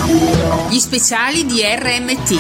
Gli speciali di RMT.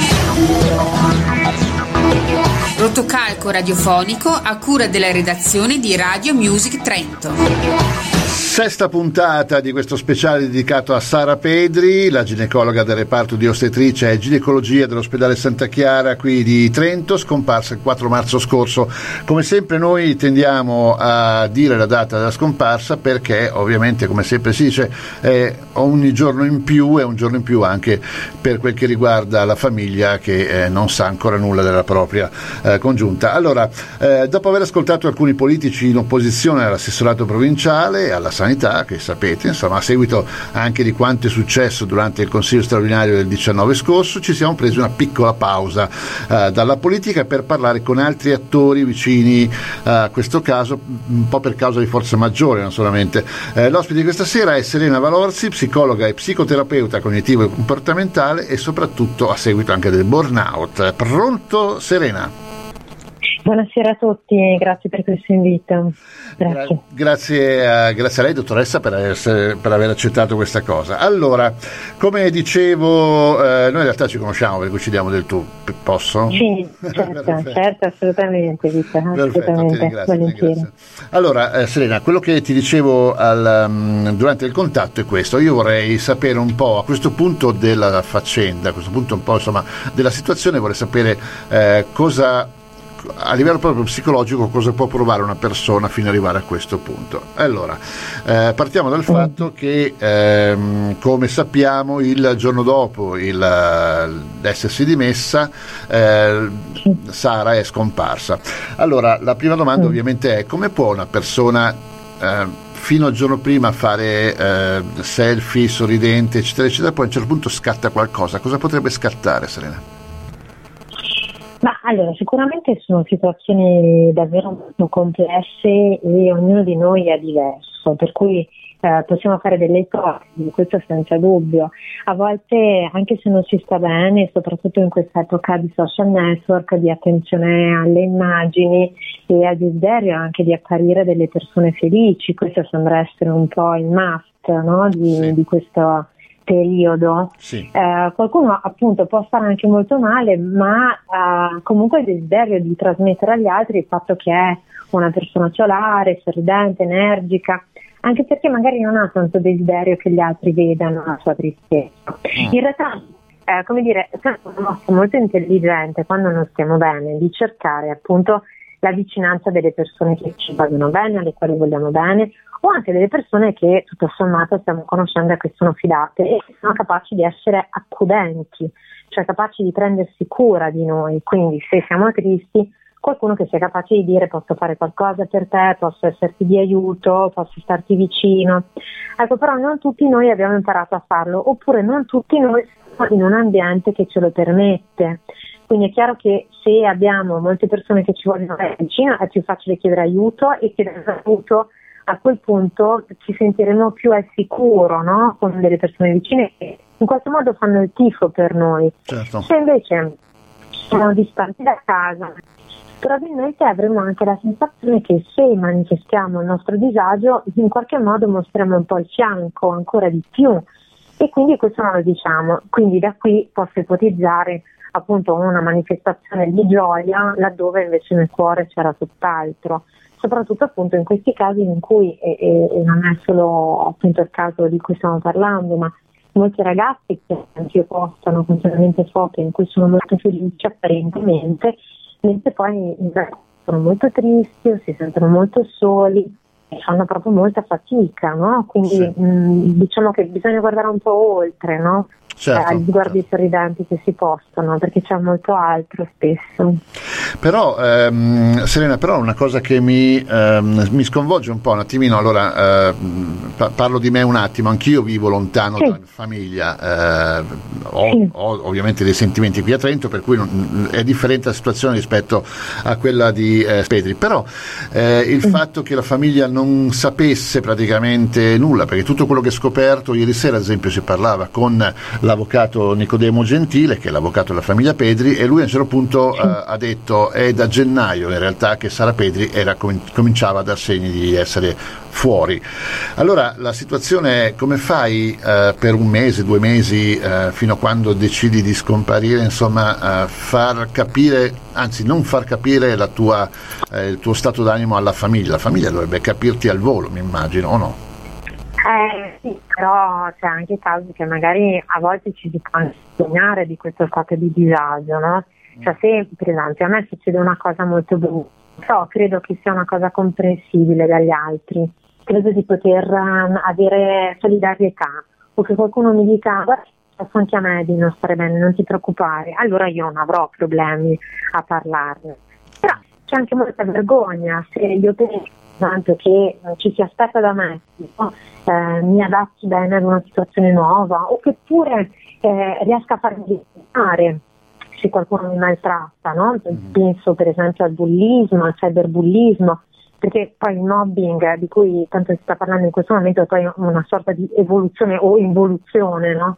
Rotocalco radiofonico a cura della redazione di Radio Music Trento. Sesta puntata di questo speciale dedicato a Sara Pedri, la ginecologa del reparto di ostetricia e ginecologia dell'ospedale Santa Chiara qui di Trento, scomparsa il 4 marzo scorso. Come sempre noi tendiamo a dire la data della scomparsa perché ovviamente, come sempre si dice, ogni giorno in più è un giorno in più anche per quel che riguarda la famiglia che non sa ancora nulla della propria congiunta. Allora, dopo aver ascoltato alcuni politici in opposizione all'assessorato provinciale, alla sanità, che sapete, insomma, a seguito anche di quanto è successo durante il Consiglio straordinario del 19 scorso, ci siamo presi una piccola pausa dalla politica per parlare con altri attori vicini a questo caso, un po' per causa di forza maggiore, non solamente. L'ospite di questa sera è Serena Valorzi, psicologa e psicoterapeuta cognitivo e comportamentale e soprattutto a seguito anche del burnout. Pronto, Serena? Buonasera a tutti, grazie per questo invito. Grazie a lei, dottoressa, per aver accettato questa cosa. Allora, come dicevo, noi in realtà ci conosciamo, per cui ci diamo del tu, posso? Sì, certo, assolutamente, Vita, assolutamente, volentieri. Allora, Serena, quello che ti dicevo durante il contatto è questo: io vorrei sapere un po', a questo punto della faccenda, a questo punto un po' insomma della situazione, vorrei sapere cosa, a livello proprio psicologico, cosa può provare una persona fino ad arrivare a questo punto. Allora, partiamo dal fatto che come sappiamo il giorno dopo l'essersi dimessa, Sara è scomparsa. Allora, la prima domanda ovviamente è: come può una persona fino al giorno prima fare selfie sorridente eccetera eccetera, poi a un certo punto scatta qualcosa? Cosa potrebbe scattare, Serena? Ma allora, sicuramente sono situazioni davvero molto complesse e ognuno di noi è diverso, per cui possiamo fare delle ipotesi, questo senza dubbio. A volte, anche se non si sta bene, soprattutto in questa epoca di social network, di attenzione alle immagini e al desiderio anche di apparire delle persone felici, questo sembra essere un po' il must, no? di questo periodo. Sì. Qualcuno appunto può stare anche molto male, ma comunque il desiderio di trasmettere agli altri il fatto che è una persona solare, sorridente, energica, anche perché magari non ha tanto desiderio che gli altri vedano la sua tristezza. In realtà, come dire, è una mossa molto intelligente quando non stiamo bene, di cercare appunto la vicinanza delle persone che ci vogliono bene, alle quali vogliamo bene, o anche delle persone che tutto sommato stiamo conoscendo e che sono fidate e che sono capaci di essere accudenti, cioè capaci di prendersi cura di noi. Quindi se siamo tristi, qualcuno che sia capace di dire: posso fare qualcosa per te, posso esserti di aiuto, posso starti vicino. Ecco, però non tutti noi abbiamo imparato a farlo, oppure non tutti noi siamo in un ambiente che ce lo permette. Quindi è chiaro che se abbiamo molte persone che ci vogliono vicino è più facile chiedere aiuto, e chiedere aiuto a quel punto ci sentiremo più al sicuro, no? Con delle persone vicine che in qualche modo fanno il tifo per noi. Certo. Se invece siamo distanti da casa, probabilmente avremo anche la sensazione che se manifestiamo il nostro disagio, in qualche modo mostriamo un po' il fianco ancora di più, e quindi questo non lo diciamo. Quindi da qui posso ipotizzare appunto una manifestazione di gioia laddove invece nel cuore c'era tutt'altro, soprattutto appunto in questi casi in cui, e non è solo appunto il caso di cui stiamo parlando, ma molti ragazzi che anche postano continuamente foto in cui sono molto felici apparentemente, mentre poi in realtà sono molto tristi o si sentono molto soli e fanno proprio molta fatica, no? Quindi sì. Diciamo che bisogna guardare un po' oltre, no? Certo, agli sguardi sorridenti che si postano, perché c'è molto altro spesso. Però Serena, però una cosa che mi sconvolge un po' un attimino, allora parlo di me un attimo, anch'io vivo lontano dalla famiglia, ho ovviamente dei sentimenti qui a Trento, per cui è differente la situazione rispetto a quella di Pedri, però il fatto che la famiglia non sapesse praticamente nulla, perché tutto quello che ho scoperto ieri sera, ad esempio, si parlava con l'avvocato Nicodemo Gentile, che è l'avvocato della famiglia Pedri, e lui a un certo punto ha detto è da gennaio in realtà che Sara Pedri cominciava a dar segni di essere fuori. Allora la situazione è: come fai per un mese, 2 mesi, fino a quando decidi di scomparire, insomma, far capire, anzi non far capire il tuo stato d'animo alla famiglia? La famiglia dovrebbe capirti al volo, mi immagino, o no? Sì, però c'è anche casi che magari a volte ci si può sognare di questo stato di disagio, no? Cioè, se per esempio a me succede una cosa molto brutta, però credo che sia una cosa comprensibile dagli altri, credo di poter avere solidarietà, o che qualcuno mi dica guarda, posso anche a me di non stare bene, non ti preoccupare, allora io non avrò problemi a parlarne. Però c'è anche molta vergogna se io penso tanto che ci si aspetta da me, no? Mi adatti bene ad una situazione nuova, o che pure riesca a farmi rispettare se qualcuno mi maltratta, no? Penso per esempio al bullismo, al cyberbullismo, perché poi il mobbing di cui tanto si sta parlando in questo momento è poi una sorta di evoluzione o involuzione, no?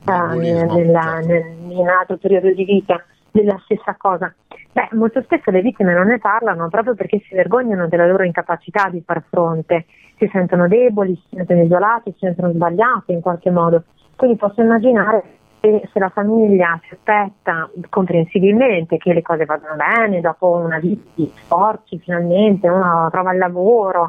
In altro periodo di vita della stessa cosa. Molto spesso le vittime non ne parlano proprio perché si vergognano della loro incapacità di far fronte, si sentono deboli, si sentono isolati, si sentono sbagliati in qualche modo. Quindi posso immaginare che se la famiglia si aspetta comprensibilmente che le cose vadano bene dopo una vita di sforzi, finalmente uno trova il lavoro,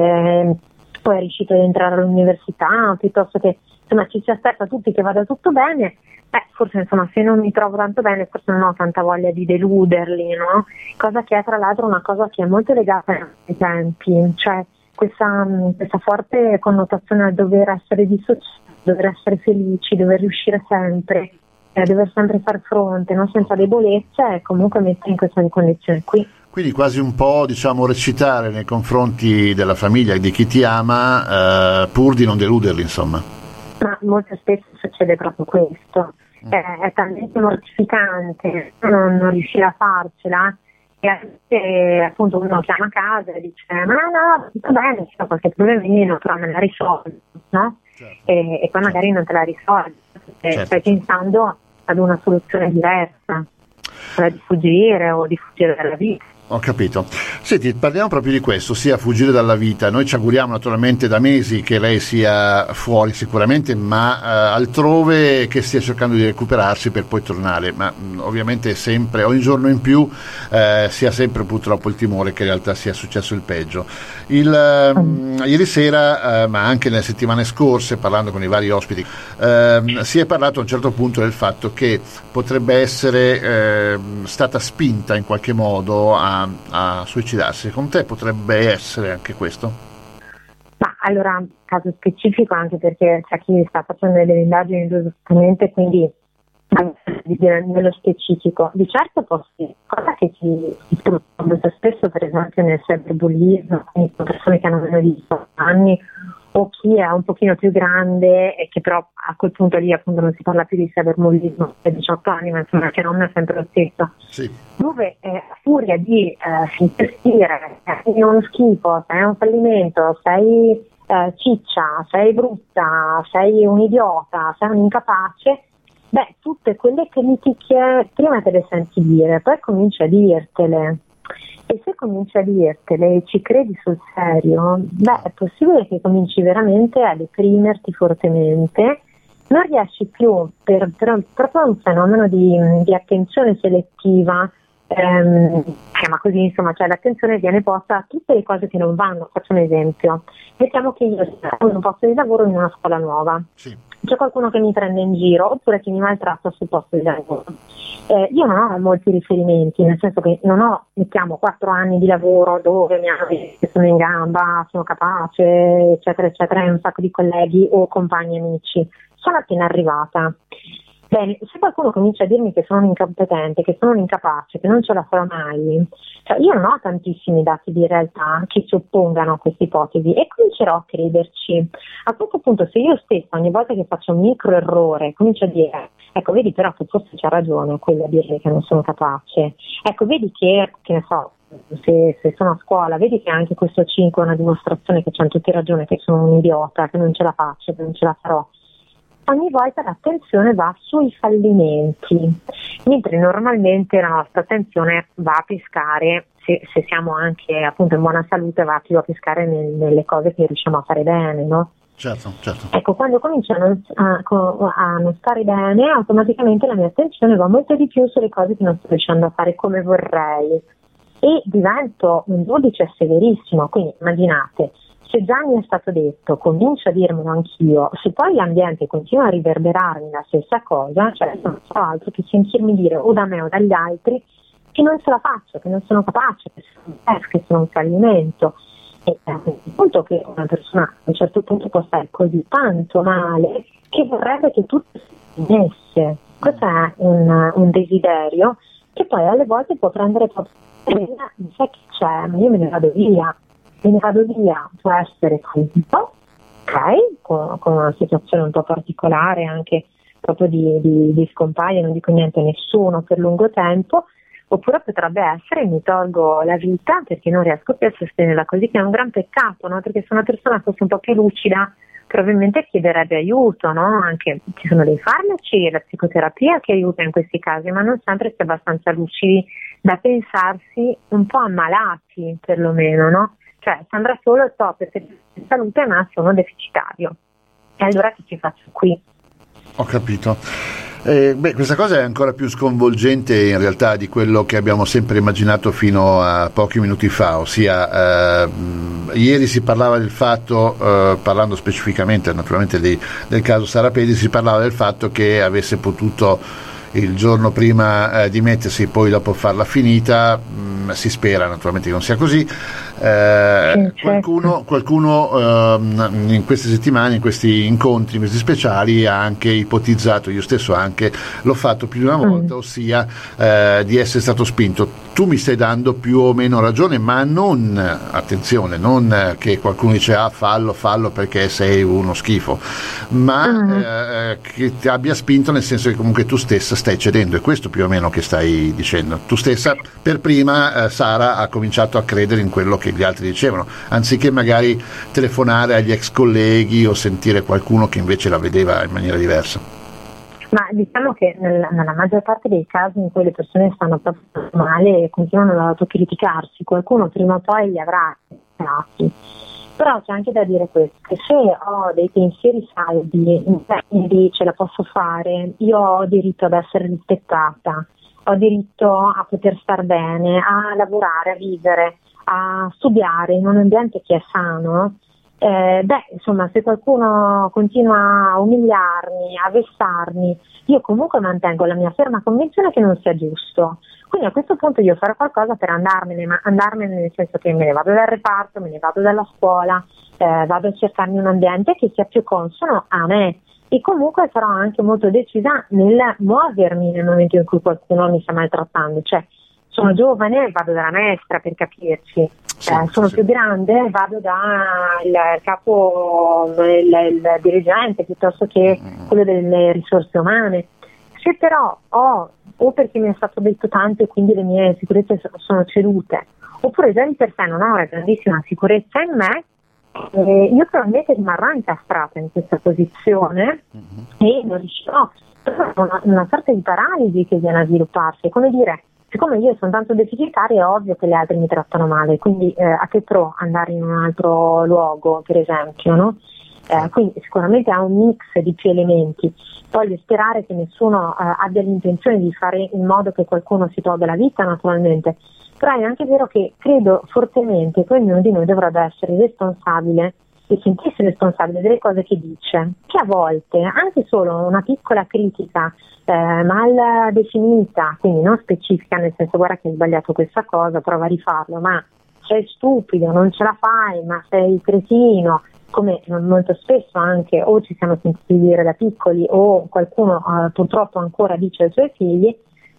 poi è riuscito ad entrare all'università, piuttosto che insomma ci si aspetta tutti che vada tutto bene, forse insomma se non mi trovo tanto bene forse non ho tanta voglia di deluderli, no? Cosa che è tra l'altro una cosa che è molto legata ai tempi, cioè questa forte connotazione al dover essere dissociati, dover essere felici, dover riuscire sempre, dover sempre far fronte, no? Senza debolezza, e comunque mettere in questa condizione qui. Quindi quasi un po', diciamo, recitare nei confronti della famiglia e di chi ti ama, pur di non deluderli, insomma. Ma molto spesso succede proprio questo, è talmente mortificante non riuscire a farcela, e appunto uno chiama a casa e dice ma no, tutto bene, c'è qualche problemino, però me la risolvo, no? Certo. E poi magari non te la risolvi, perché stai pensando ad una soluzione diversa, quella di fuggire o di fuggire dalla vita. Ho capito. Senti, parliamo proprio di questo, sia fuggire dalla vita. Noi ci auguriamo naturalmente da mesi che lei sia fuori sicuramente, ma altrove, che stia cercando di recuperarsi per poi tornare, ma ovviamente sempre, ogni giorno in più si ha sempre purtroppo il timore che in realtà sia successo il peggio. Ieri sera, ma anche nelle settimane scorse, parlando con i vari ospiti, si è parlato a un certo punto del fatto che potrebbe essere stata spinta in qualche modo a suicidarsi. Secondo te potrebbe essere anche questo? Ma allora, caso specifico, anche perché c'è chi sta facendo delle indagini esattamente, quindi nello specifico. Di certo cosa che si trova molto spesso, per esempio nel cyberbullismo, quindi persone che hanno meno di 18 anni, o chi è un pochino più grande e che però a quel punto lì appunto non si parla più di cyberbullismo a 18 anni, ma insomma che non è sempre lo stesso, sì. Dove a furia di sentire sei uno schifo, sei un fallimento, sei ciccia, sei brutta, sei un idiota, sei un incapace, tutte quelle critiche prima te le senti dire, poi cominci a dirtele. E se cominci a dirtele e ci credi sul serio, è possibile che cominci veramente a deprimerti fortemente, non riesci più per proprio un fenomeno di attenzione selettiva, ma così insomma, cioè l'attenzione viene posta a tutte le cose che non vanno. Faccio un esempio: mettiamo che io sia in un posto di lavoro in una scuola nuova, sì. C'è qualcuno che mi prende in giro oppure che mi maltratta sul posto di lavoro. Io non ho molti riferimenti, nel senso che non ho, mettiamo, 4 anni di lavoro dove mi hanno detto che sono in gamba, sono capace, eccetera eccetera, e un sacco di colleghi o compagni amici. Sono appena arrivata. Bene, se qualcuno comincia a dirmi che sono un incompetente, che sono un incapace, che non ce la farò mai, cioè io non ho tantissimi dati di realtà che si oppongano a questa ipotesi e comincerò a crederci. A questo punto, se io stessa ogni volta che faccio un micro errore comincio a dire ecco, vedi però che forse c'ha ragione quello a dire che non sono capace, ecco, vedi che ne so, se sono a scuola, vedi che anche questo 5 è una dimostrazione che c'hanno tutti ragione, che sono un idiota, che non ce la faccio, che non ce la farò. ogni volta l'attenzione va sui fallimenti, mentre normalmente la nostra attenzione va a pescare, se siamo anche appunto in buona salute, va più a pescare nelle cose che riusciamo a fare bene, no? Certo. Ecco, quando comincio a non stare bene, automaticamente la mia attenzione va molto di più sulle cose che non sto riuscendo a fare come vorrei e divento un giudice severissimo. Quindi immaginate, se già mi è stato detto, comincio a dirmelo anch'io, se poi l'ambiente continua a riverberarmi la stessa cosa, cioè non so altro che sentirmi dire o da me o dagli altri che non ce la faccio, che non sono capace, che sono un fallimento. E il punto che una persona a un certo punto può stare così tanto male che vorrebbe che tutto si finisse. Questo è un desiderio che poi alle volte può prendere proprio, sai che c'è, ma io me ne vado via, può essere subito, ok, con una situazione un po' particolare anche proprio di scompaio, non dico niente a nessuno per lungo tempo. Oppure potrebbe essere mi tolgo la vita perché non riesco più a sostenerla così, che è un gran peccato, no? Perché se una persona fosse un po' più lucida probabilmente chiederebbe aiuto, no? Anche ci sono dei farmaci e la psicoterapia che aiuta in questi casi, ma non sempre si è abbastanza lucidi da pensarsi un po' ammalati perlomeno, no? Cioè sembra solo top per salute ma sono deficitario. E allora che ci faccio qui? Ho capito. Questa cosa è ancora più sconvolgente in realtà di quello che abbiamo sempre immaginato fino a pochi minuti fa, ossia ieri si parlava del fatto, parlando specificamente naturalmente del caso Sara Pedri, si parlava del fatto che avesse potuto il giorno prima dimettersi, poi dopo farla finita. Si spera naturalmente che non sia così. Qualcuno in queste settimane, in questi incontri, in questi speciali, ha anche ipotizzato, io stesso anche l'ho fatto più di una volta, ossia di essere stato spinto. Tu mi stai dando più o meno ragione, ma non, attenzione, non che qualcuno dice fallo perché sei uno schifo, ma che ti abbia spinto, nel senso che comunque tu stessa stai cedendo. È questo più o meno che stai dicendo. Tu stessa per prima, Sara, ha cominciato a credere in quello che gli altri dicevano, anziché magari telefonare agli ex colleghi o sentire qualcuno che invece la vedeva in maniera diversa. Ma diciamo che nella maggior parte dei casi in cui le persone stanno proprio male e continuano ad autocriticarsi, qualcuno prima o poi li avrà criticati. Però c'è anche da dire questo, che se ho dei pensieri saldi, quindi ce la posso fare, io ho diritto ad essere rispettata, ho diritto a poter star bene, a lavorare, a vivere, a studiare in un ambiente che è sano. Insomma, se qualcuno continua a umiliarmi, a vessarmi, io comunque mantengo la mia ferma convinzione che non sia giusto. Quindi a questo punto io farò qualcosa per andarmene nel senso che me ne vado dal reparto, me ne vado dalla scuola, vado a cercarmi un ambiente che sia più consono a me. E comunque sarò anche molto decisa nel muovermi nel momento in cui qualcuno mi sta maltrattando. Cioè, sono giovane, vado dalla maestra, per capirci. Sono più grande, vado dal capo, il dirigente, piuttosto che quello delle risorse umane. Se però o perché mi è stato detto tanto e quindi le mie sicurezze sono cedute, oppure già di per sé non ho una grandissima sicurezza in me, io probabilmente rimarrò incastrata in questa posizione e non riuscirò. Una sorta di paralisi che viene a svilupparsi, è come dire, siccome io sono tanto deficitaria è ovvio che le altre mi trattano male, quindi a che pro andare in un altro luogo, per esempio, no? Quindi sicuramente ha un mix di più elementi. Voglio sperare che nessuno abbia l'intenzione di fare in modo che qualcuno si tolga la vita, naturalmente, però è anche vero che credo fortemente che ognuno di noi dovrebbe essere responsabile e sentirsi responsabile delle cose che dice, che a volte anche solo una piccola critica mal definita, quindi non specifica, nel senso guarda che hai sbagliato questa cosa, prova a rifarlo, ma sei stupido, non ce la fai, ma sei cretino, come molto spesso anche o ci siamo sentiti dire da piccoli o qualcuno purtroppo ancora dice ai suoi figli,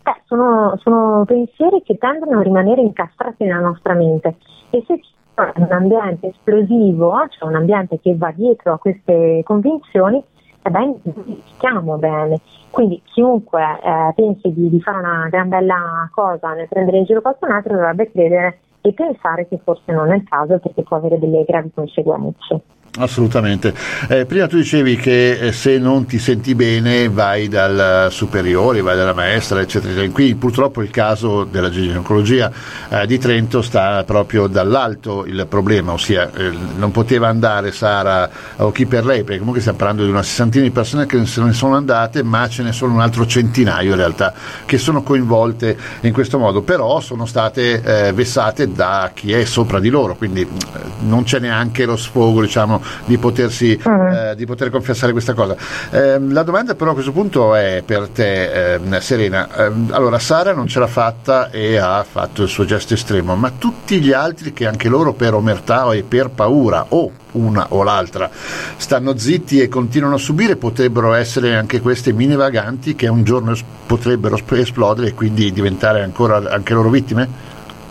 sono pensieri che tendono a rimanere incastrati nella nostra mente, e se c'è un ambiente esplosivo, cioè un ambiente che va dietro a queste convinzioni, stiamo bene. Quindi chiunque pensi di fare una gran bella cosa nel prendere in giro qualcun altro dovrebbe credere e pensare che forse non è il caso, perché può avere delle gravi conseguenze. Assolutamente. Prima tu dicevi che se non ti senti bene vai dal superiore, vai dalla maestra, eccetera. Qui purtroppo il caso della ginecologia di Trento sta proprio dall'alto il problema, ossia non poteva andare Sara o chi per lei, perché comunque stiamo parlando di una sessantina di persone che se ne sono andate, ma ce ne sono un altro centinaio in realtà che sono coinvolte in questo modo, però sono state vessate da chi è sopra di loro, quindi non c'è neanche lo sfogo, diciamo, di poter confessare questa cosa. La domanda però a questo punto è per te, Serena. Allora, Sara non ce l'ha fatta e ha fatto il suo gesto estremo, ma tutti gli altri che anche loro per omertà e per paura o una o l'altra stanno zitti e continuano a subire, potrebbero essere anche queste mine vaganti che un giorno potrebbero esplodere e quindi diventare ancora anche loro vittime?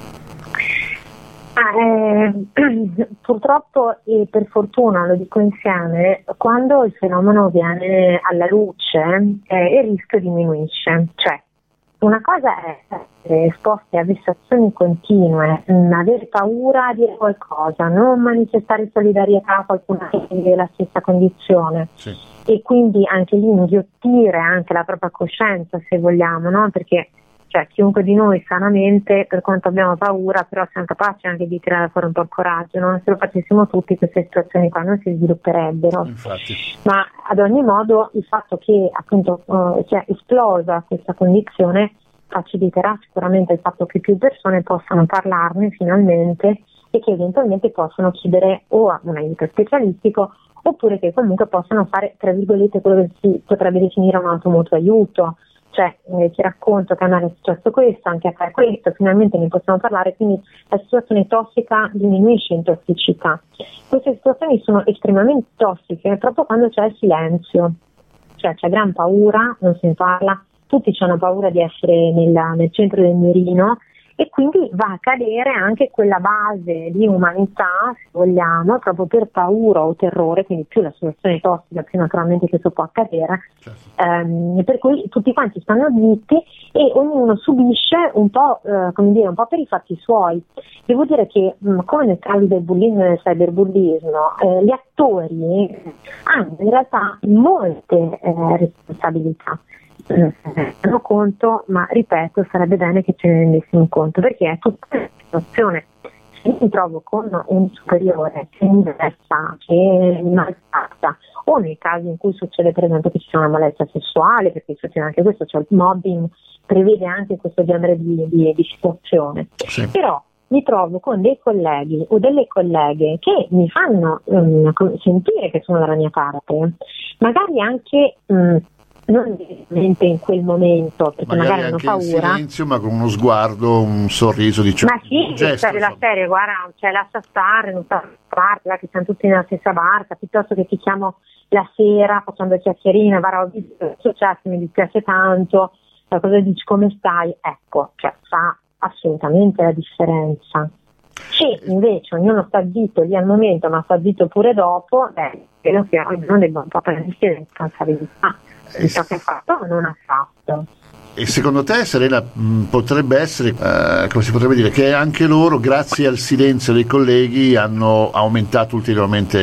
Purtroppo e per fortuna, lo dico insieme, quando il fenomeno viene alla luce il rischio diminuisce, cioè una cosa è essere esposti a vessazioni continue, avere paura di dire qualcosa, non manifestare solidarietà a qualcuno che vive la stessa condizione, sì. E quindi anche lì inghiottire anche la propria coscienza, se vogliamo, no? Perché chiunque di noi sanamente, per quanto abbiamo paura, però siamo capaci anche di tirare fuori un po' il coraggio, no? Se lo facessimo tutti queste situazioni qua non si svilupperebbero. Infatti. Ma ad ogni modo il fatto che appunto sia esplosa questa condizione faciliterà sicuramente il fatto che più persone possano parlarne finalmente e che eventualmente possano chiedere o a un aiuto specialistico oppure che comunque possano fare, tra virgolette, quello che si potrebbe definire un automutuo aiuto. Cioè ti racconto che a me è successo questo, anche a te questo, finalmente ne possiamo parlare, quindi la situazione tossica diminuisce in tossicità. Queste situazioni sono estremamente tossiche proprio quando c'è il silenzio, cioè c'è gran paura, non se ne parla, tutti hanno paura di essere nel centro del mirino e quindi va a cadere anche quella base di umanità, se vogliamo, proprio per paura o terrore, quindi più la situazione tossica, più naturalmente questo può accadere, certo. Per cui tutti quanti stanno zitti e ognuno subisce un po', un po' per i fatti suoi. Devo dire che, come nel caso del bullismo e del cyberbullismo, gli attori hanno in realtà molte responsabilità. Tengo conto, ma ripeto, sarebbe bene che ce ne rendessimo conto, perché è tutta una situazione. Se mi trovo con un superiore che mi vessa, che mi maltratta, o nei casi in cui succede per esempio che ci sia una molestia sessuale, perché succede anche questo, cioè il mobbing prevede anche questo genere di situazione, sì. Però mi trovo con dei colleghi o delle colleghe che mi fanno sentire che sono dalla mia parte, magari anche non direttamente in quel momento, perché magari hanno paura. In silenzio, ma con uno sguardo, un sorriso, diciamo. Ma sì, gesto, della serie, guarda, lascia stare, non sta parte, che siamo tutti nella stessa barca, piuttosto che ti chiamo la sera facendo il chiacchierino, guarda, ho visto che è successo, mi dispiace tanto, cosa dici, come stai? Ecco, fa assolutamente la differenza. Se invece ognuno sta zitto lì al momento, ma sta zitto pure dopo, credo che ognuno debba un po' prendersi le responsabilità. Ciò che ha fatto o non ha fatto. E secondo te, Serena, potrebbe essere, come si potrebbe dire, che anche loro, grazie al silenzio dei colleghi, hanno aumentato ulteriormente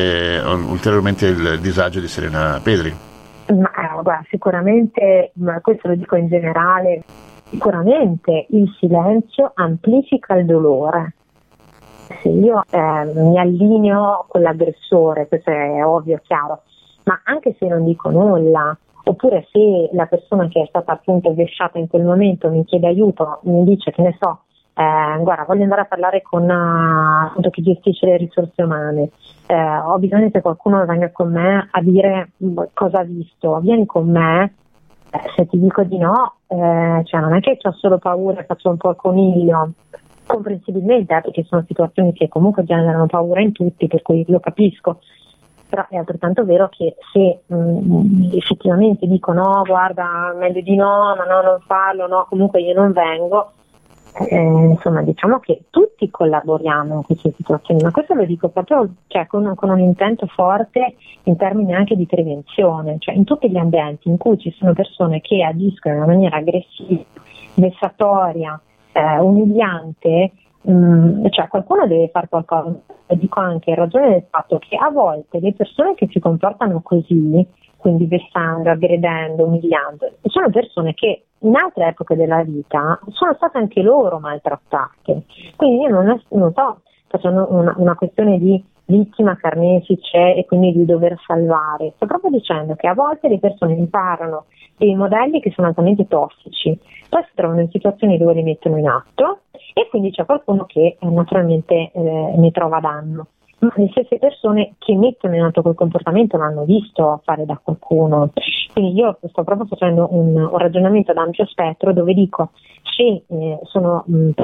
il disagio di Serena Pedri? Guarda, sicuramente, questo lo dico in generale, sicuramente il silenzio amplifica il dolore. Se io mi allineo con l'aggressore, questo è ovvio, chiaro, ma anche se non dico nulla, oppure se la persona che è stata appunto vessata in quel momento mi chiede aiuto, mi dice, che ne so, guarda, voglio andare a parlare con appunto chi gestisce le risorse umane, ho bisogno che qualcuno venga con me a dire cosa ha visto, vieni con me, se ti dico di no, cioè non è che ho solo paura e faccio un po' il coniglio, comprensibilmente, perché sono situazioni che comunque generano paura in tutti, per cui lo capisco. Però è altrettanto vero che se effettivamente dico no, guarda, meglio di no, ma no, non farlo, no, comunque io non vengo, insomma, diciamo che tutti collaboriamo in queste situazioni, ma questo lo dico proprio con un intento forte in termini anche di prevenzione, cioè in tutti gli ambienti in cui ci sono persone che agiscono in una maniera aggressiva, vessatoria, umiliante, cioè qualcuno deve fare qualcosa. E dico anche in ragione del fatto che a volte le persone che si comportano così, quindi vessando, aggredendo, umiliando, sono persone che in altre epoche della vita sono state anche loro maltrattate. Quindi io non sto facendo una questione di vittima carnefice e quindi di dover salvare, sto proprio dicendo che a volte le persone imparano dei modelli che sono altamente tossici, poi si trovano in situazioni dove li mettono in atto e quindi c'è qualcuno che naturalmente ne trova danno. Ma le stesse persone che mettono in atto quel comportamento l'hanno visto fare da qualcuno. Quindi io sto proprio facendo un ragionamento ad ampio spettro dove dico se sono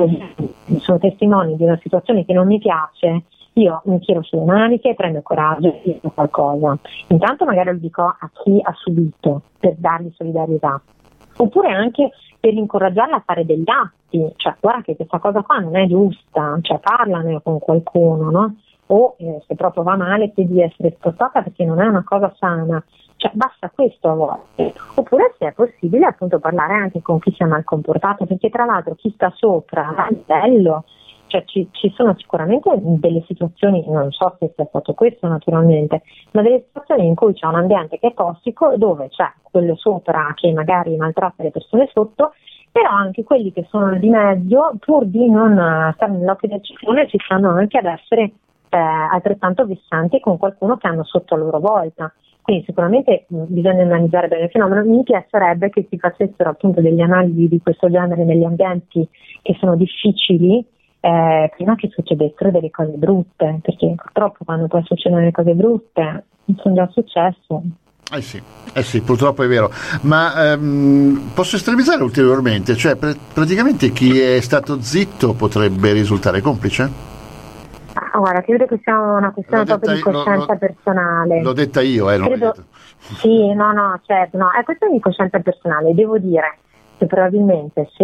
testimoni di una situazione che non mi piace, io mi tiro sulle maniche, prendo coraggio e dico qualcosa. Intanto magari lo dico a chi ha subito per dargli solidarietà, oppure anche per incoraggiarla a fare degli atti, cioè guarda che questa cosa qua non è giusta, cioè parlane con qualcuno, no? O se proprio va male chiedi di essere spostata perché non è una cosa sana, cioè basta questo a volte. Oppure se è possibile appunto parlare anche con chi si è mal comportato, perché tra l'altro chi sta sopra a livello, cioè ci sono sicuramente delle situazioni, non so se sia stato questo naturalmente, ma delle situazioni in cui c'è un ambiente che è tossico dove c'è quello sopra che magari maltratta le persone sotto, però anche quelli che sono di mezzo, pur di non stare nell'occhio del ciclone, ci stanno anche ad essere altrettanto vessanti con qualcuno che hanno sotto a loro volta. Quindi sicuramente bisogna analizzare bene il fenomeno. Mi piacerebbe che si facessero appunto delle analisi di questo genere negli ambienti che sono difficili, prima che succedessero delle cose brutte, perché purtroppo quando poi succedono le cose brutte sono già successe. Sì, purtroppo è vero, ma posso estremizzare ulteriormente, cioè praticamente chi è stato zitto potrebbe risultare complice? Guarda, credo che sia una questione proprio di coscienza personale. L'ho detta io, non l'ho detto. Sì, certo, è questione di coscienza personale. Devo dire che probabilmente se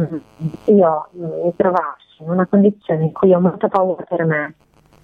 io mi trovassi in una condizione in cui ho molta paura per me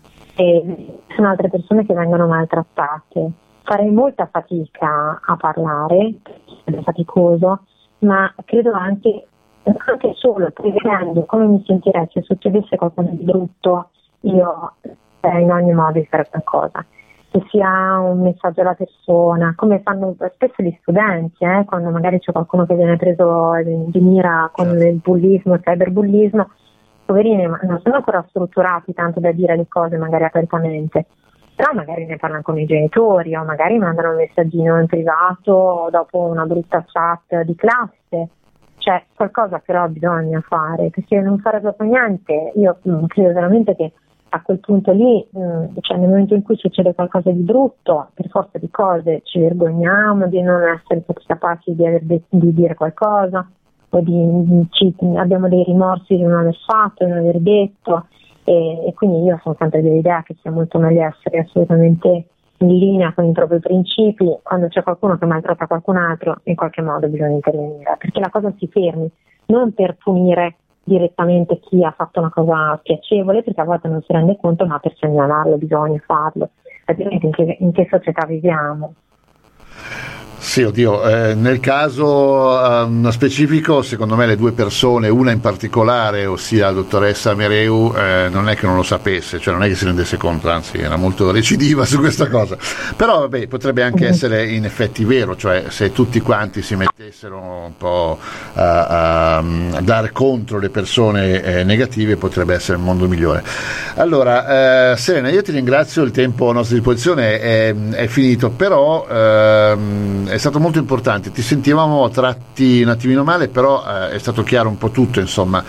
e ci sono altre persone che vengono maltrattate, farei molta fatica a parlare, è faticoso, ma credo anche solo prevedendo come mi sentirei se succedesse qualcosa di brutto, io in ogni modo di fare qualcosa, che sia un messaggio alla persona, come fanno spesso gli studenti, quando magari c'è qualcuno che viene preso di mira con il bullismo, il cyberbullismo, poverini, ma non sono ancora strutturati tanto da dire le cose magari apertamente, però magari ne parlano con i genitori o magari mandano un messaggino in privato dopo una brutta chat di classe. Cioè qualcosa però bisogna fare, perché non fare proprio niente, io credo veramente che a quel punto lì, cioè nel momento in cui succede qualcosa di brutto, per forza di cose ci vergogniamo di non essere stati capaci di dire qualcosa, o abbiamo dei rimorsi di non aver fatto, di non aver detto, e quindi io sono sempre dell'idea che sia molto meglio essere assolutamente in linea con i propri principi. Quando c'è qualcuno che maltratta qualcun altro, in qualche modo bisogna intervenire, perché la cosa si fermi, non per punire direttamente chi ha fatto una cosa spiacevole, perché a volte non si rende conto, ma per segnalarlo bisogna farlo, altrimenti in che società viviamo? Sì, oddio, nel caso specifico, secondo me le due persone, una in particolare, ossia la dottoressa Mereu, non è che non lo sapesse, cioè non è che si rendesse conto, anzi era molto recidiva su questa cosa, però vabbè, potrebbe anche essere in effetti vero, cioè se tutti quanti si mettessero un po' a dare contro le persone negative, potrebbe essere un mondo migliore. Allora, Serena, io ti ringrazio, il tempo a nostra disposizione è finito, però è stato molto importante, ti sentivamo tratti un attimino male, però è stato chiaro un po' tutto, insomma.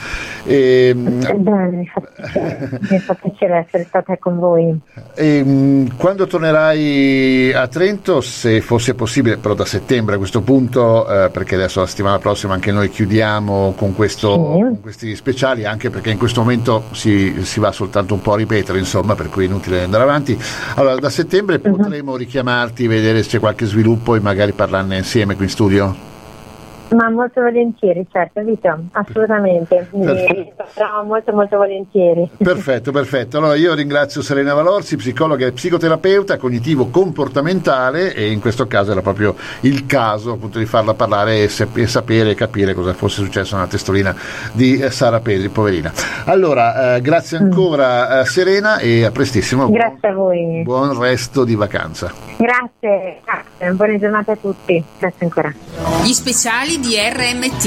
Mi fa piacere essere stata con voi. Quando tornerai a Trento, se fosse possibile, però da settembre a questo punto, perché adesso la settimana prossima anche noi chiudiamo con questi speciali, anche perché in questo momento si va soltanto un po' a ripetere, insomma, per cui è inutile andare avanti. Allora da settembre potremo richiamarti, vedere se c'è qualche sviluppo e magari parlarne insieme qui in studio. Ma molto volentieri, certo, Vito, assolutamente, mi trovo molto molto volentieri. Perfetto. Allora io ringrazio Serena Valorsi, psicologa e psicoterapeuta cognitivo-comportamentale, e in questo caso era proprio il caso appunto di farla parlare e sapere e capire cosa fosse successo nella testolina di Sara Pedri, poverina. Allora, grazie ancora Serena, e a prestissimo. Grazie a voi. Buon resto di vacanza. Grazie, buona giornata a tutti, grazie ancora. Gli speciali di RMT.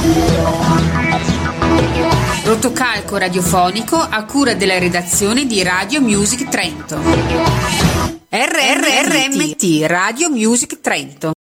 Rotocalco radiofonico a cura della redazione di Radio Music Trento. RMT Radio Music Trento.